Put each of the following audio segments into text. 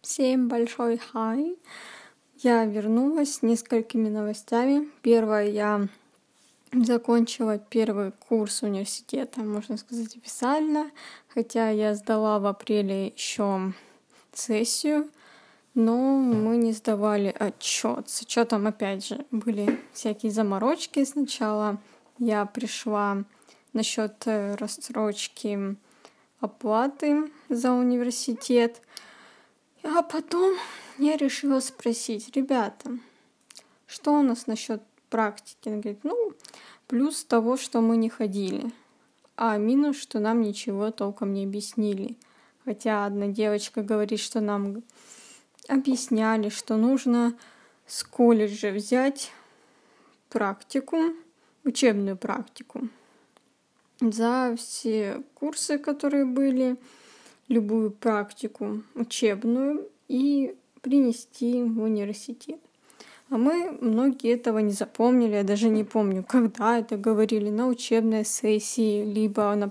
Всем большой хай! Я вернулась с несколькими новостями. Первое, я закончила первый курс университета, можно сказать, официально, хотя я сдала в апреле еще сессию, но мы не сдавали отчет. С отчетом опять же были всякие заморочки сначала. Я пришла насчет рассрочки оплаты за университет. А потом я решила спросить: ребята, что у нас насчет практики? Она говорит: плюс того, что мы не ходили, а минус, что нам ничего толком не объяснили. Хотя одна девочка говорит, что нам объясняли, что нужно с колледжа взять практику, учебную практику за все курсы, которые были, любую практику учебную и принести в университет. А многие этого не запомнили, я даже не помню, когда это говорили, на учебной сессии, либо на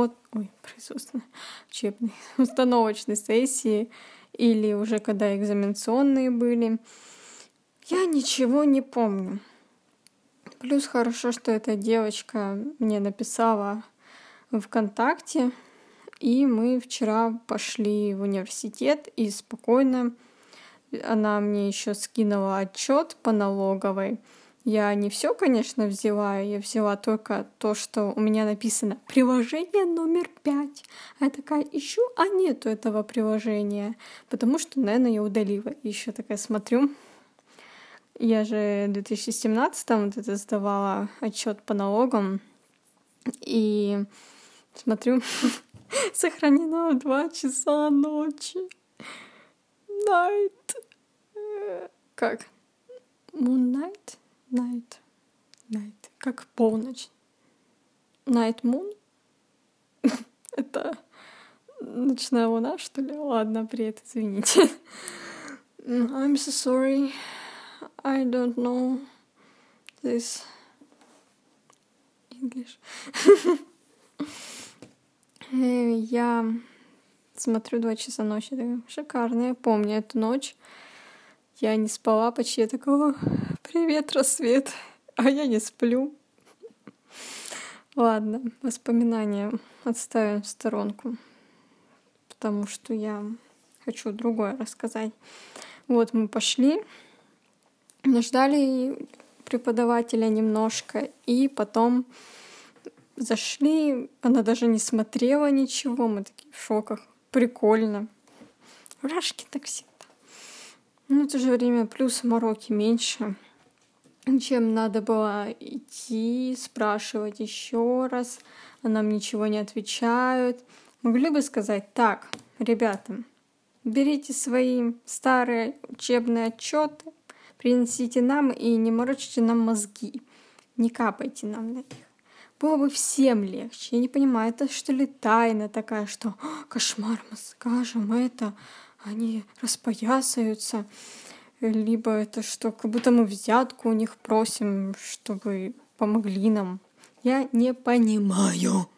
учебной, установочной сессии, или уже когда экзаменационные были. Я ничего не помню. Плюс хорошо, что эта девочка мне написала в ВКонтакте, и мы вчера пошли в университет, и спокойно она мне еще скинула отчет по налоговой. Я не все, конечно, взяла, я взяла только то, что у меня написано «приложение номер 5». А я такая ищу, а нету этого приложения, потому что, наверное, я удалила. И еще такая смотрю, я же в 2017-м вот это сдавала отчет по налогам, и смотрю, сохранено в 2 часа ночи. Night. Как? Moon night? Night. Как полночь. Night moon? Это ночная луна, что ли? Ладно, привет, извините. I'm so sorry. I don't know this English. Я смотрю 2 часа ночи, такая, шикарно, я помню эту ночь. Я не спала почти, я такого, привет, рассвет, а я не сплю. Ладно, воспоминания отставим в сторонку, потому что я хочу другое рассказать. Вот мы пошли, ждали преподавателя немножко, и потом зашли, она даже не смотрела ничего, мы такие в шоках. Прикольно. Рашки так всегда. Но в то же время плюс мороки меньше, чем надо было идти, спрашивать еще раз, а нам ничего не отвечают. Могли бы сказать: так, ребята, берите свои старые учебные отчеты, принесите нам и не морочите нам мозги, не капайте нам на них. Было бы всем легче. Я не понимаю, это что ли тайна такая, что кошмар, мы скажем это, они распоясаются, либо это что, как будто мы взятку у них просим, чтобы помогли нам. Я не понимаю.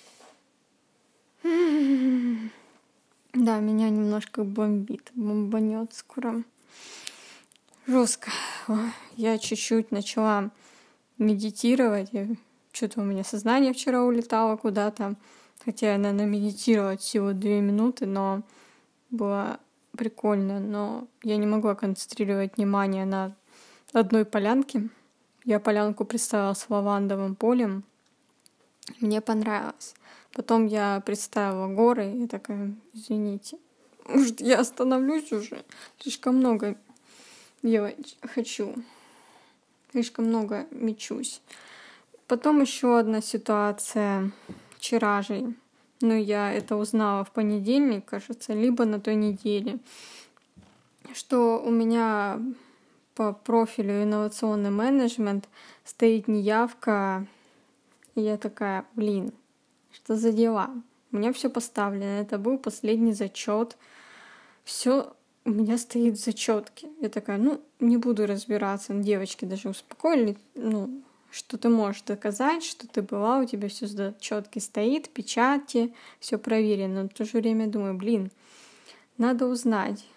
Да, меня немножко бомбит, бомбанет скоро. Жестко. Я чуть-чуть начала медитировать. Что-то у меня сознание вчера улетало куда-то. Хотя я, наверное, медитировала всего 2 минуты, но было прикольно. Но я не могла концентрировать внимание на одной полянке. Я полянку представила с лавандовым полем. Мне понравилось. Потом я представила горы и такая: извините, может, я остановлюсь уже? Слишком много хочу. Слишком много мечусь. Потом еще одна ситуация вчера же. Я это узнала в понедельник, кажется, либо на той неделе, что у меня по профилю инновационный менеджмент стоит неявка. И я такая: что за дела? У меня все поставлено. Это был последний зачет. Все у меня стоит в зачетке. Я такая: не буду разбираться. Девочки даже успокоили, что ты можешь доказать, что ты была, у тебя все в зачетке стоит, печати, все проверено. Но в то же время думаю, надо узнать.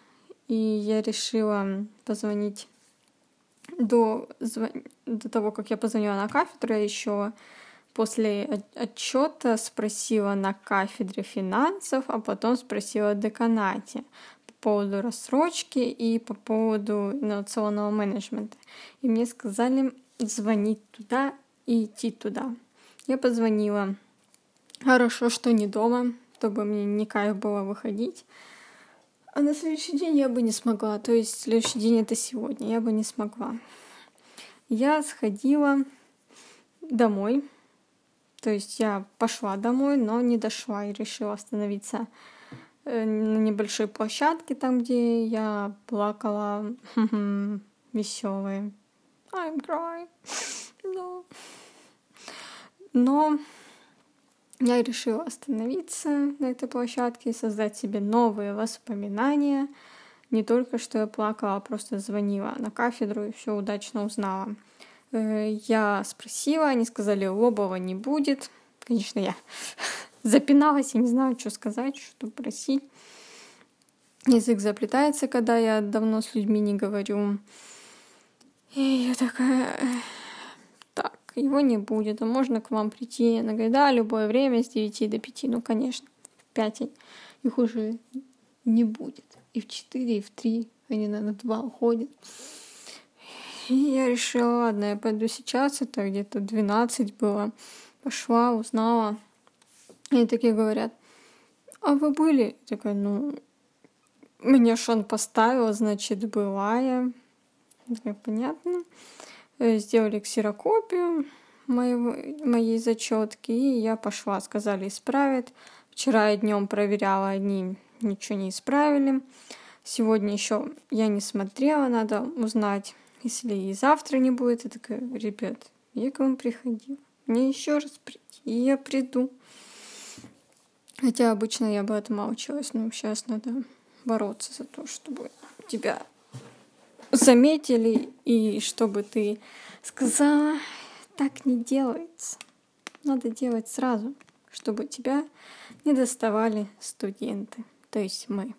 и я решила позвонить до того, как я позвонила на кафедру, я еще после отчета спросила на кафедре финансов, а потом спросила в деканате по поводу рассрочки и по поводу инновационного менеджмента. И мне сказали звонить туда и идти туда. Я позвонила. Хорошо, что не дома, чтобы мне не кайф было выходить. А на следующий день я бы не смогла. То есть следующий день это сегодня. Я бы не смогла. Я сходила домой. То есть я пошла домой, но не дошла и решила остановиться на небольшой площадке, там, где я плакала веселая. I'm crying. No. Но я решила остановиться на этой площадке и создать себе новые воспоминания. Не только что я плакала, а просто звонила на кафедру и все удачно узнала. Я спросила, они сказали, Лобова не будет. Конечно, я запиналась, я не знаю, что сказать, что просить. Язык заплетается, когда я давно с людьми не говорю. И я такая, так, его не будет, а можно к вам прийти? Она говорит, да, любое время с 9 до 5. Ну, конечно, в 5 их уже не будет. И в 4, и в 3, они, наверное, 2 уходят. И я решила, ладно, я пойду сейчас, это где-то 12 было. Пошла, узнала. И они такие говорят, а вы были? Я такая, ну, меня ж он поставил, значит, была я. Такая, понятно. Сделали ксерокопию моей зачетки, и я пошла. Сказали, исправят. Вчера я днем проверяла, они ничего не исправили. Сегодня еще я не смотрела, надо узнать. Если и завтра не будет, я такая, ребят, я к вам приходила. Мне еще раз прийти, и я приду. Хотя обычно я бы отмалчивалась, но сейчас надо бороться за то, чтобы тебя заметили, и чтобы ты сказала, так не делается. Надо делать сразу, чтобы тебя не доставали студенты, то есть мы.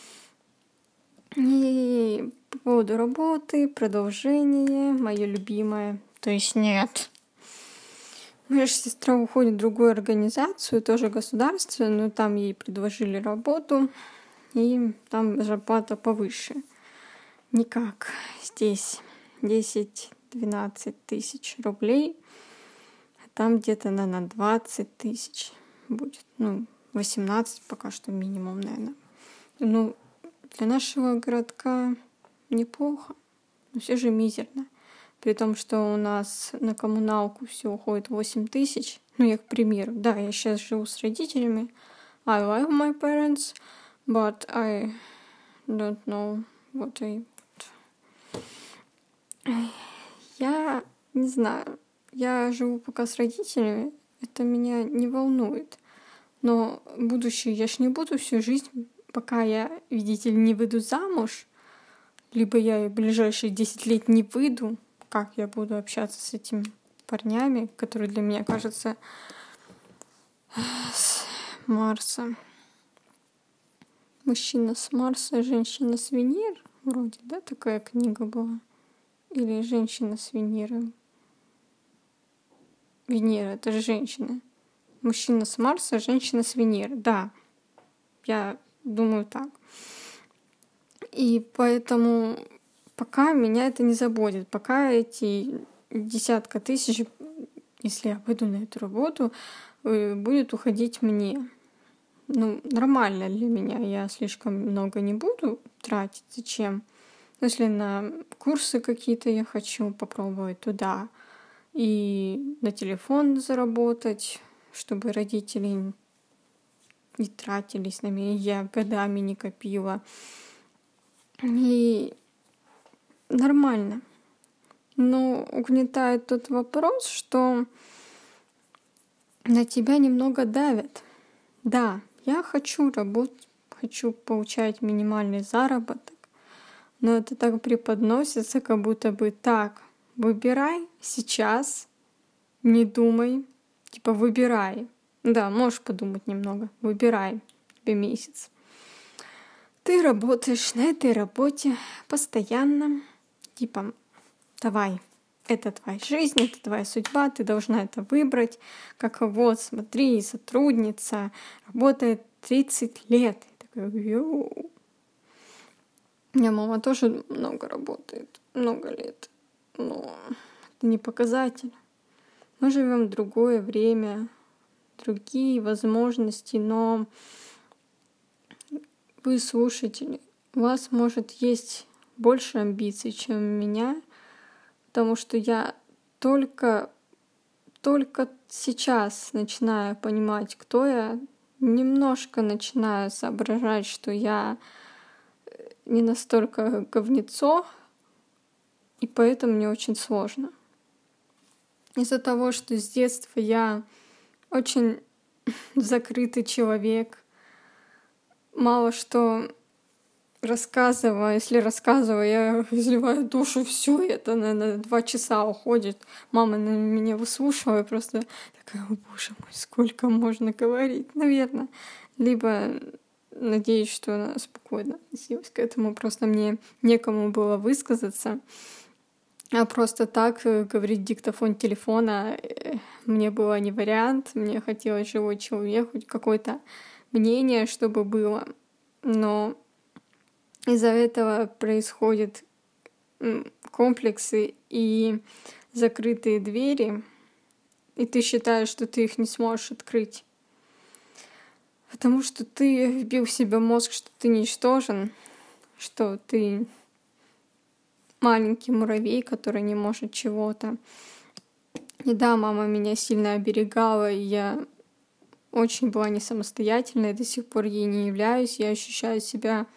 И по поводу работы, продолжение, мое любимое, то есть нет. Моя же сестра уходит в другую организацию, тоже государственную, но там ей предложили работу, и там зарплата повыше. Никак. Здесь 10-12 тысяч рублей, а там где-то, наверное, 20 тысяч будет. 18 пока что минимум, наверное. Для нашего городка неплохо, но все же мизерно. При том, что у нас на коммуналку все уходит 8 тысяч. Я, к примеру, да, я сейчас живу с родителями. I love my parents, but I don't know what I want. Я не знаю. Я живу пока с родителями. Это меня не волнует. Но будущее я ж не буду всю жизнь, пока я, видите ли, не выйду замуж, либо я в ближайшие 10 лет не выйду, как я буду общаться с этими парнями, которые для меня кажутся с Марса. Мужчина с Марса, женщина с Венеры. Вроде, да, такая книга была. Или женщина с Венеры. Венера — это же женщина. Мужчина с Марса, женщина с Венеры. Да, я думаю так. И поэтому пока меня это не заботит. Пока эти десятка тысяч, если я пойду на эту работу, будет уходить мне. Нормально для меня. Я слишком много не буду тратить. Зачем? Если на курсы какие-то я хочу попробовать туда. И на телефон заработать, чтобы родители не тратились на меня. Я годами не копила. И нормально. Но угнетает тот вопрос, что на тебя немного давят. Да, я хочу работать, хочу получать минимальный заработок, но это так преподносится, как будто бы так, выбирай сейчас, не думай, выбирай. Да, можешь подумать немного, выбирай, тебе месяц. ты работаешь на этой работе постоянно, типа, давай, это твоя жизнь, это твоя судьба, ты должна это выбрать. Как вот, смотри, сотрудница работает 30 лет. Я такая, йоу. У меня мама тоже много работает, много лет, но это не показатель. Мы живем в другое время, другие возможности, но вы, слушатели, у вас может есть больше амбиций, чем у меня, потому что я только сейчас начинаю понимать, кто я, немножко начинаю соображать, что я не настолько говнецо, и поэтому мне очень сложно. Из-за того, что с детства я очень закрытый человек, мало что рассказываю. Если рассказываю, я изливаю душу, все это, наверное, 2 часа уходит. Мама на меня выслушивала, просто такая, о боже мой, сколько можно говорить, наверное. Либо надеюсь, что она спокойно относилась к этому, просто мне некому было высказаться. А просто так говорить в диктофон телефона мне было не вариант. Мне хотелось живой человек, хоть какое-то мнение, чтобы было. Но из-за этого происходят комплексы и закрытые двери, и ты считаешь, что ты их не сможешь открыть. Потому что ты вбил в себя мозг, что ты ничтожен, что ты маленький муравей, который не может чего-то. И да, мама меня сильно оберегала, и я очень была не самостоятельной, до сих пор ей не являюсь. Я ощущаю себя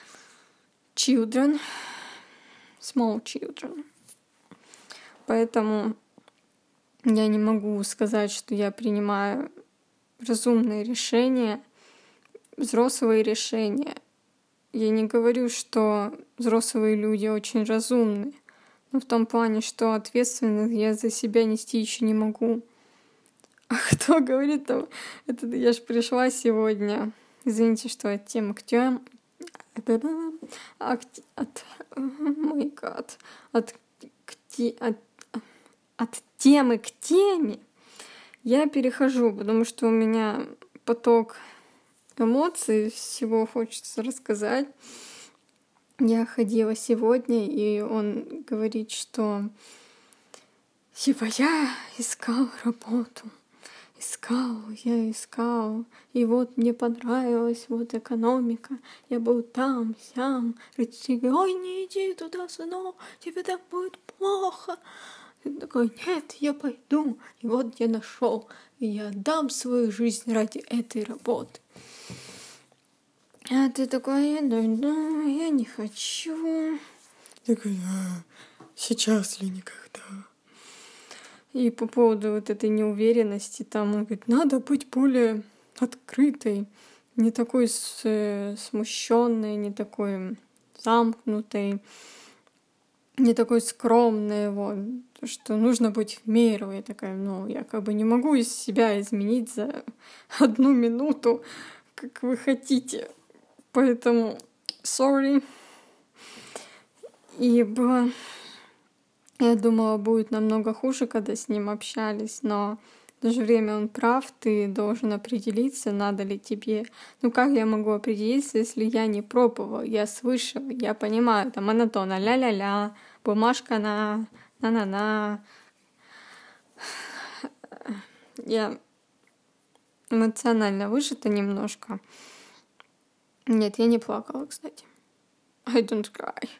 small children. Поэтому я не могу сказать, что я принимаю разумные решения, взрослые решения. Я не говорю, что взрослые люди очень разумны, но в том плане, что ответственность я за себя нести еще не могу. А кто говорит там? Это я же пришла сегодня. Извините, что от темы к теме. От темы к теме я перехожу, потому что у меня поток эмоций, всего хочется рассказать. Я ходила сегодня, и он говорит, что типа я искал работу. Я искал, и вот мне понравилась вот экономика, я был там, сям, родители, ой, не иди туда, сынок, тебе так будет плохо. Я такой, нет, я пойду, и вот я нашел, и я отдам свою жизнь ради этой работы. А ты такой, я не хочу. Такой, сейчас или никогда. И по поводу вот этой неуверенности, там он говорит, надо быть более открытой, не такой смущенной, не такой замкнутой, не такой скромной, вот, что нужно быть в меру. Я такая, я как бы не могу из себя изменить за 1 минуту, как вы хотите. Поэтому, sorry. И было... Я думала, будет намного хуже, когда с ним общались, но в то же время он прав, ты должен определиться, надо ли тебе. Как я могу определиться, если я не пробовала, я слышала, я понимаю, там монотонно, ля-ля-ля, бумажка на. Я эмоционально выжата немножко. Нет, я не плакала, кстати. I don't cry.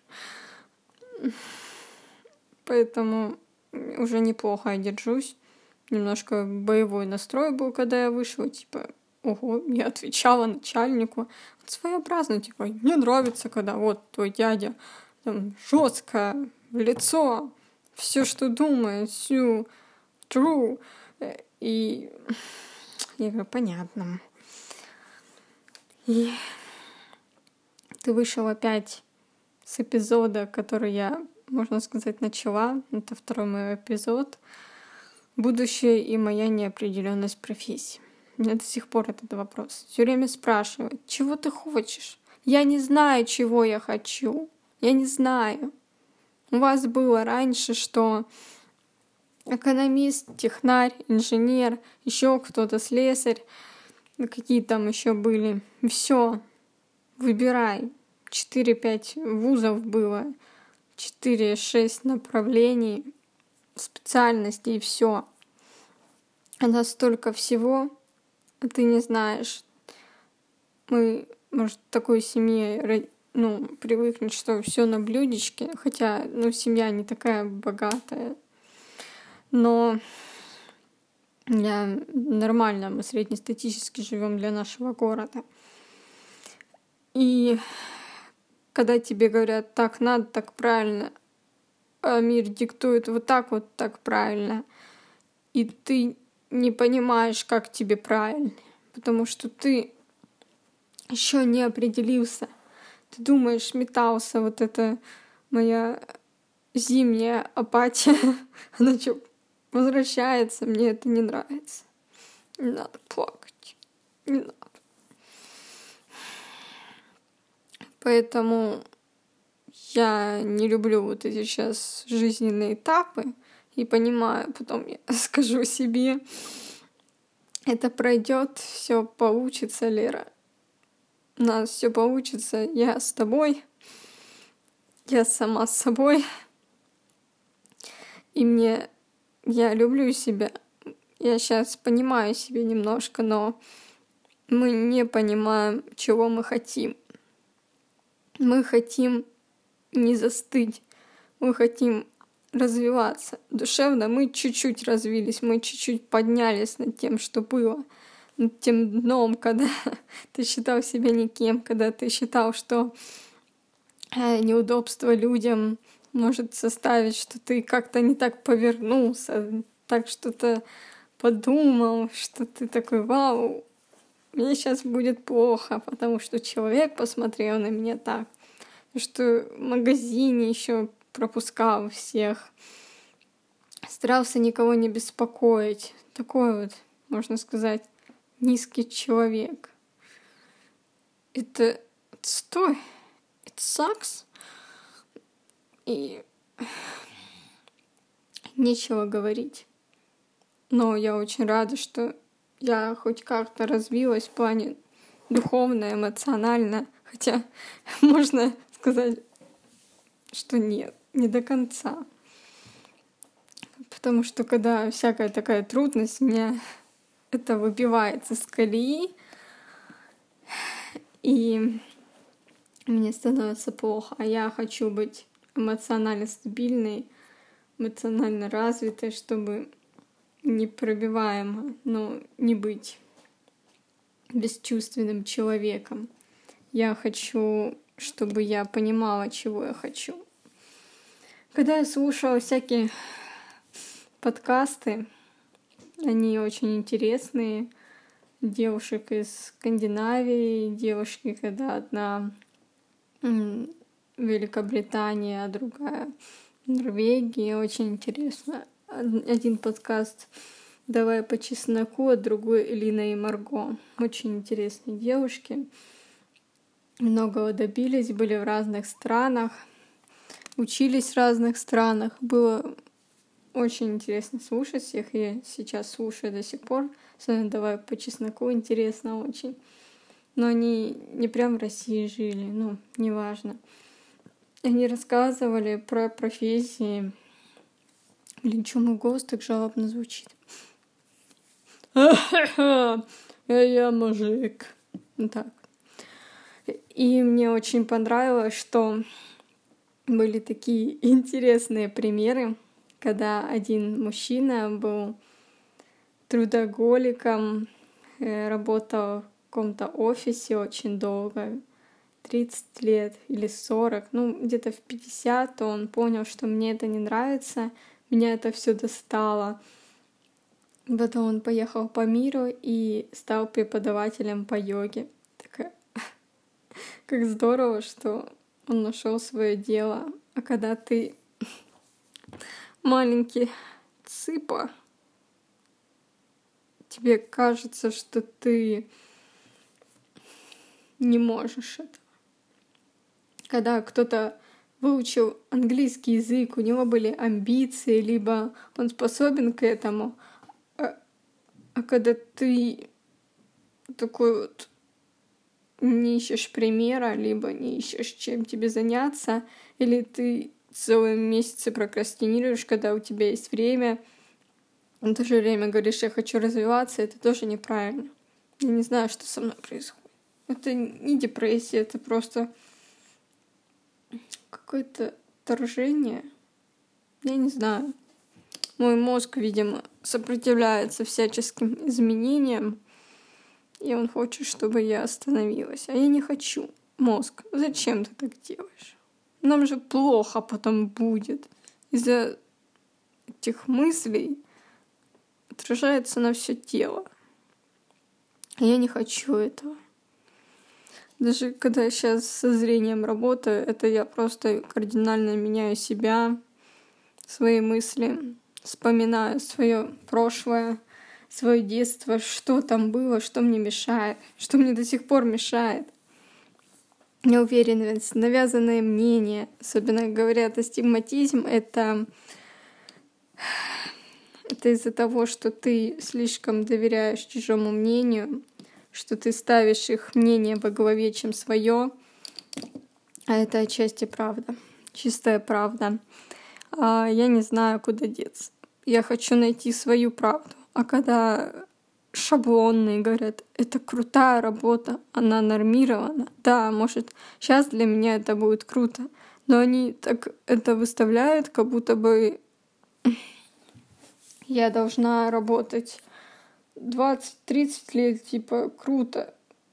Поэтому уже неплохо я держусь. Немножко боевой настрой был, когда я вышла. Типа, ого, я отвечала начальнику. Вот своеобразно, типа, мне нравится, когда вот твой дядя там жестко в лицо, все, что думает, всю true. И я говорю, понятно. И ты вышел опять с эпизода, который я, можно сказать, начала. Это 2-й мой эпизод. Будущее и моя неопределенность профессии. Меня до сих пор этот вопрос все время спрашивают, чего ты хочешь? Я не знаю, чего я хочу. Я не знаю. У вас было раньше, что экономист, технарь, инженер, еще кто-то, слесарь, какие там еще были. Все, выбирай. 4-5 вузов было, 4-6 направлений, специальностей, и все. А столько всего, а ты не знаешь. Мы, может, в такой семье привыкнуть, что все на блюдечке, хотя, семья не такая богатая. Но нормально, мы среднестатистически живем для нашего города. И когда тебе говорят, так надо, так правильно, а мир диктует вот так правильно, и ты не понимаешь, как тебе правильно, потому что ты еще не определился. Ты думаешь, метался, вот эта моя зимняя апатия, она что, возвращается, мне это не нравится. Не надо плакать, не надо. Поэтому я не люблю вот эти сейчас жизненные этапы и понимаю, потом я скажу себе, это пройдет, все получится, Лера. У нас все получится, я с тобой, я сама с собой. И я люблю себя. Я сейчас понимаю себя немножко, но мы не понимаем, чего мы хотим. Мы хотим не застыть. Мы хотим развиваться. Душевно мы чуть-чуть развились, мы чуть-чуть поднялись над тем, что было. Над тем дном, когда ты считал себя никем, когда ты считал, что неудобство людям может составить, что ты как-то не так повернулся, так что-то подумал, что ты такой, вау, мне сейчас будет плохо, потому что человек посмотрел на меня так, что в магазине еще пропускал всех, старался никого не беспокоить. Такой вот, можно сказать, низкий человек. Это отстой. It sucks. И нечего говорить. Но я очень рада, что я хоть как-то развилась в плане духовно, эмоционально. Хотя можно сказать, что нет, не до конца. Потому что когда всякая такая трудность, меня это выбивает из колеи, и мне становится плохо. А я хочу быть эмоционально стабильной, эмоционально развитой, чтобы непробиваемо, но не быть бесчувственным человеком. Я хочу, чтобы я понимала, чего я хочу. Когда я слушала всякие подкасты, они очень интересные. Девушек из Скандинавии, девушки, когда одна Великобритания, а другая Норвегия. Очень интересно. Один подкаст «Давай по чесноку», а другой Элина и Марго. Очень интересные девушки. Многого добились, были в разных странах, учились в разных странах. Было очень интересно слушать всех. Я сейчас слушаю до сих пор. Особенно «Давай по чесноку», интересно очень. Но они не прям в России жили, неважно. Они рассказывали про профессии. Блин, чё мой голос так жалобно звучит? Я мужик. Так. И мне очень понравилось, что были такие интересные примеры, когда один мужчина был трудоголиком, работал в каком-то офисе очень долго, 30 лет или 40, где-то в 50 он понял, что мне это не нравится, меня это все достало. Потом он поехал по миру и стал преподавателем по йоге. Такая, как здорово, что он нашел свое дело. А когда ты маленький цыпа, тебе кажется, что ты не можешь этого. когда кто-то выучил английский язык, у него были амбиции, либо он способен к этому. А когда ты такой вот не ищешь примера, либо не ищешь, чем тебе заняться, или ты целые месяцы прокрастинируешь, когда у тебя есть время, в то же время говоришь, я хочу развиваться, это тоже неправильно. Я не знаю, что со мной происходит. Это не депрессия, это просто какое-то отторжение. Я не знаю. Мой мозг, видимо, сопротивляется всяческим изменениям, и он хочет, чтобы я остановилась. А я не хочу. Мозг, зачем ты так делаешь? Нам же плохо потом будет. Из-за этих мыслей отражается на все тело. А я не хочу этого. Даже когда я сейчас со зрением работаю, это я просто кардинально меняю себя, свои мысли, вспоминаю свое прошлое, свое детство, что там было, что мне мешает, что мне до сих пор мешает. Неуверенность, навязанное мнение, особенно говорят, астигматизм, это из-за того, что ты слишком доверяешь чужому мнению, что ты ставишь их мнение во главе, чем свое. А это отчасти правда, чистая правда. Я не знаю, куда деться. Я хочу найти свою правду. А когда шаблонные говорят, это крутая работа, она нормирована. Да, может, сейчас для меня это будет круто, но они так это выставляют, как будто бы я должна работать 20-30 лет, типа, круто.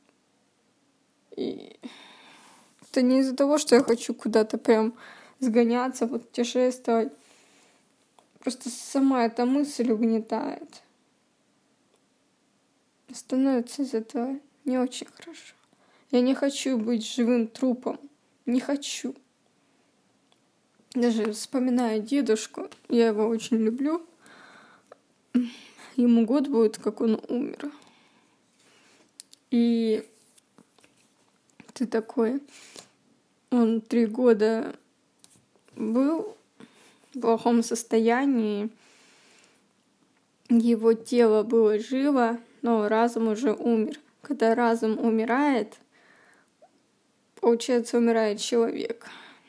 И это не из-за того, что я хочу куда-то прям сгоняться, вот путешествовать. Просто сама эта мысль угнетает. Становится из этого не очень хорошо. Я не хочу быть живым трупом. Не хочу. Даже вспоминая дедушку, я его очень люблю. Ему год будет, как он умер. И ты такой... Он 3 года был в плохом состоянии. Его тело было живо, но разум уже умер. Когда разум умирает, получается, умирает человек.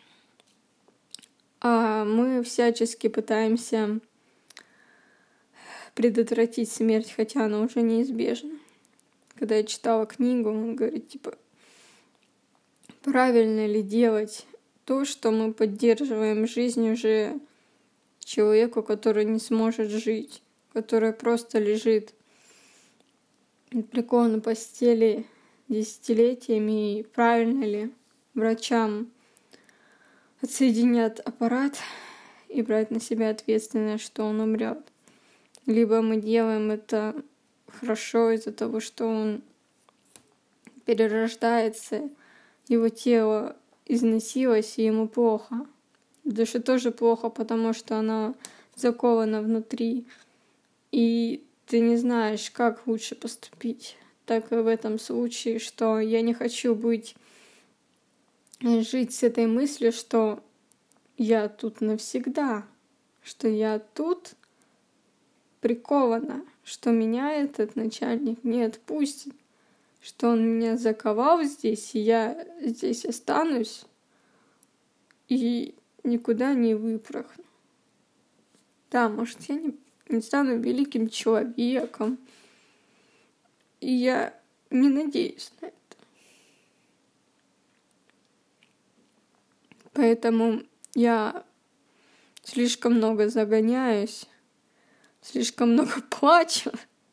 А мы всячески пытаемся предотвратить смерть, хотя она уже неизбежна. Когда я читала книгу, он говорит, типа, правильно ли делать то, что мы поддерживаем жизнь уже человеку, который не сможет жить, который просто лежит прикован на постели десятилетиями, и правильно ли врачам отсоединят аппарат и брать на себя ответственность, что он умрет. Либо мы делаем это хорошо из-за того, что он перерождается, его тело износилось, и ему плохо. Душе тоже плохо, потому что она закована внутри. И ты не знаешь, как лучше поступить. Так и в этом случае, что я не хочу жить с этой мыслью, что я тут навсегда, что я тут прикована, что меня этот начальник не отпустит, что он меня заковал здесь, и я здесь останусь и никуда не выпорхну. Да, может, я не стану великим человеком, и я не надеюсь на это. Поэтому я слишком много загоняюсь, слишком много плачу.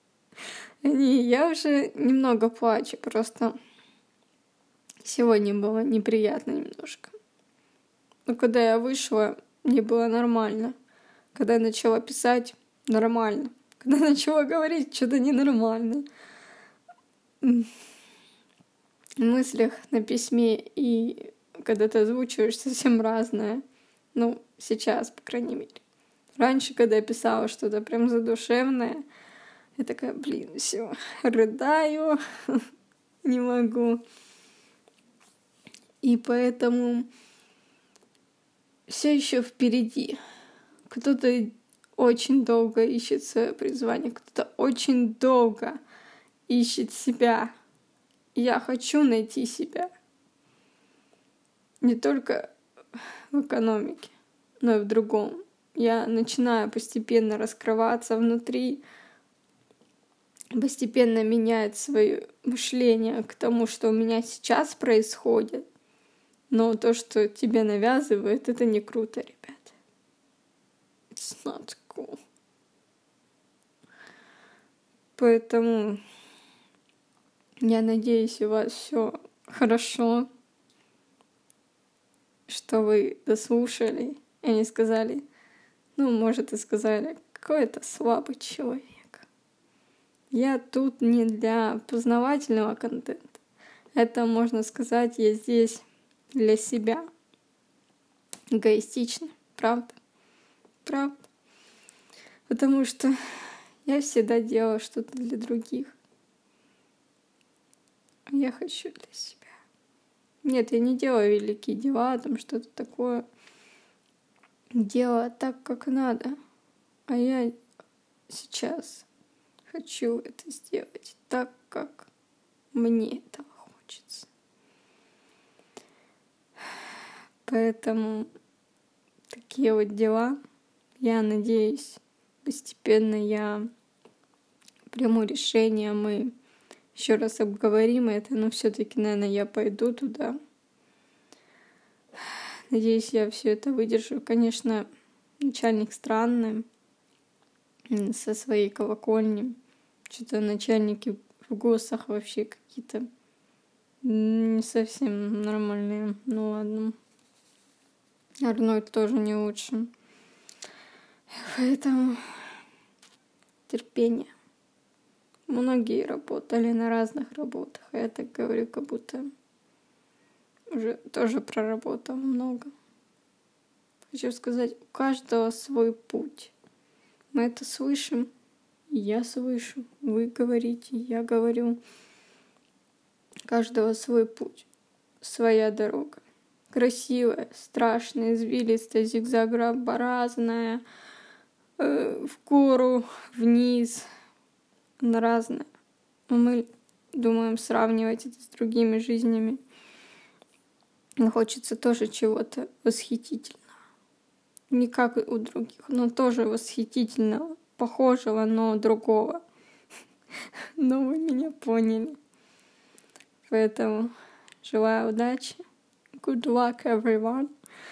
Я уже немного плачу, просто сегодня было неприятно немножко. Но когда я вышла, мне было нормально. Когда я начала писать, нормально. Когда я начала говорить, что-то ненормально. В мыслях на письме и когда ты озвучиваешь, совсем разное. Ну, сейчас, по крайней мере. Раньше, когда я писала что-то прям задушевное, я такая, все, рыдаю, не могу. И поэтому все еще впереди. Кто-то очень долго ищет свое призвание, кто-то очень долго ищет себя. Я хочу найти себя. Не только в экономике, но и в другом. Я начинаю постепенно раскрываться внутри, постепенно менять свое мышление к тому, что у меня сейчас происходит. Но то, что тебе навязывают, это не круто, ребят. It's not cool. Поэтому я надеюсь, у вас все хорошо, что вы дослушали и не сказали, может, и сказали, какой это слабый человек. Я тут не для познавательного контента. Это, можно сказать, я здесь для себя. Эгоистично, правда? Правда. Потому что я всегда делала что-то для других. А я хочу для себя. Нет, я не делаю великие дела, там что-то такое. Делаю так, как надо. А я сейчас хочу это сделать так, как мне этого хочется. Поэтому такие вот дела. Я надеюсь, постепенно я приму решение, мы еще раз обговорим это, но все-таки, наверное, я пойду туда. Надеюсь, я все это выдержу. Конечно, начальник странный со своей колокольни. Что-то начальники в ГОСах вообще какие-то не совсем нормальные. Ну ладно. Арнольд тоже не лучше. Поэтому терпение. Многие работали на разных работах. А я так говорю, как будто уже тоже проработал много. Хочу сказать, у каждого свой путь. Мы это слышим, и я слышу. Вы говорите, я говорю. У каждого свой путь, своя дорога. Красивая, страшная, извилистая, зигзагообразная, в гору, вниз. Она разная. Но мы думаем сравнивать это с другими жизнями. Но хочется тоже чего-то восхитительного. Не как у других, но тоже восхитительного, похожего, но другого. Но вы меня поняли. Поэтому желаю удачи. Good luck, everyone.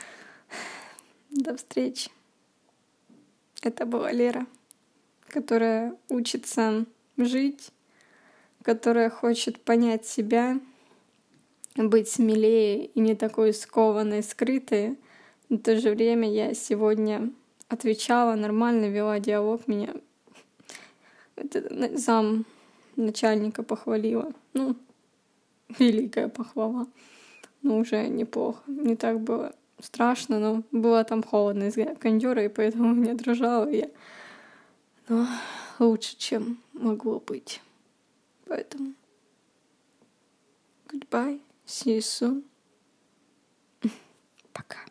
До встречи. Это была Лера, которая учится жить, которая хочет понять себя, быть смелее и не такой скованной, скрытой. В то же время я сегодня отвечала, нормально вела диалог, меня зам начальника похвалила. Великая похвала. Уже неплохо. Не так было страшно, но было там холодно из-за кондёра, и поэтому меня дрожало я. Но лучше, чем могло быть. Поэтому goodbye, see you soon. Пока.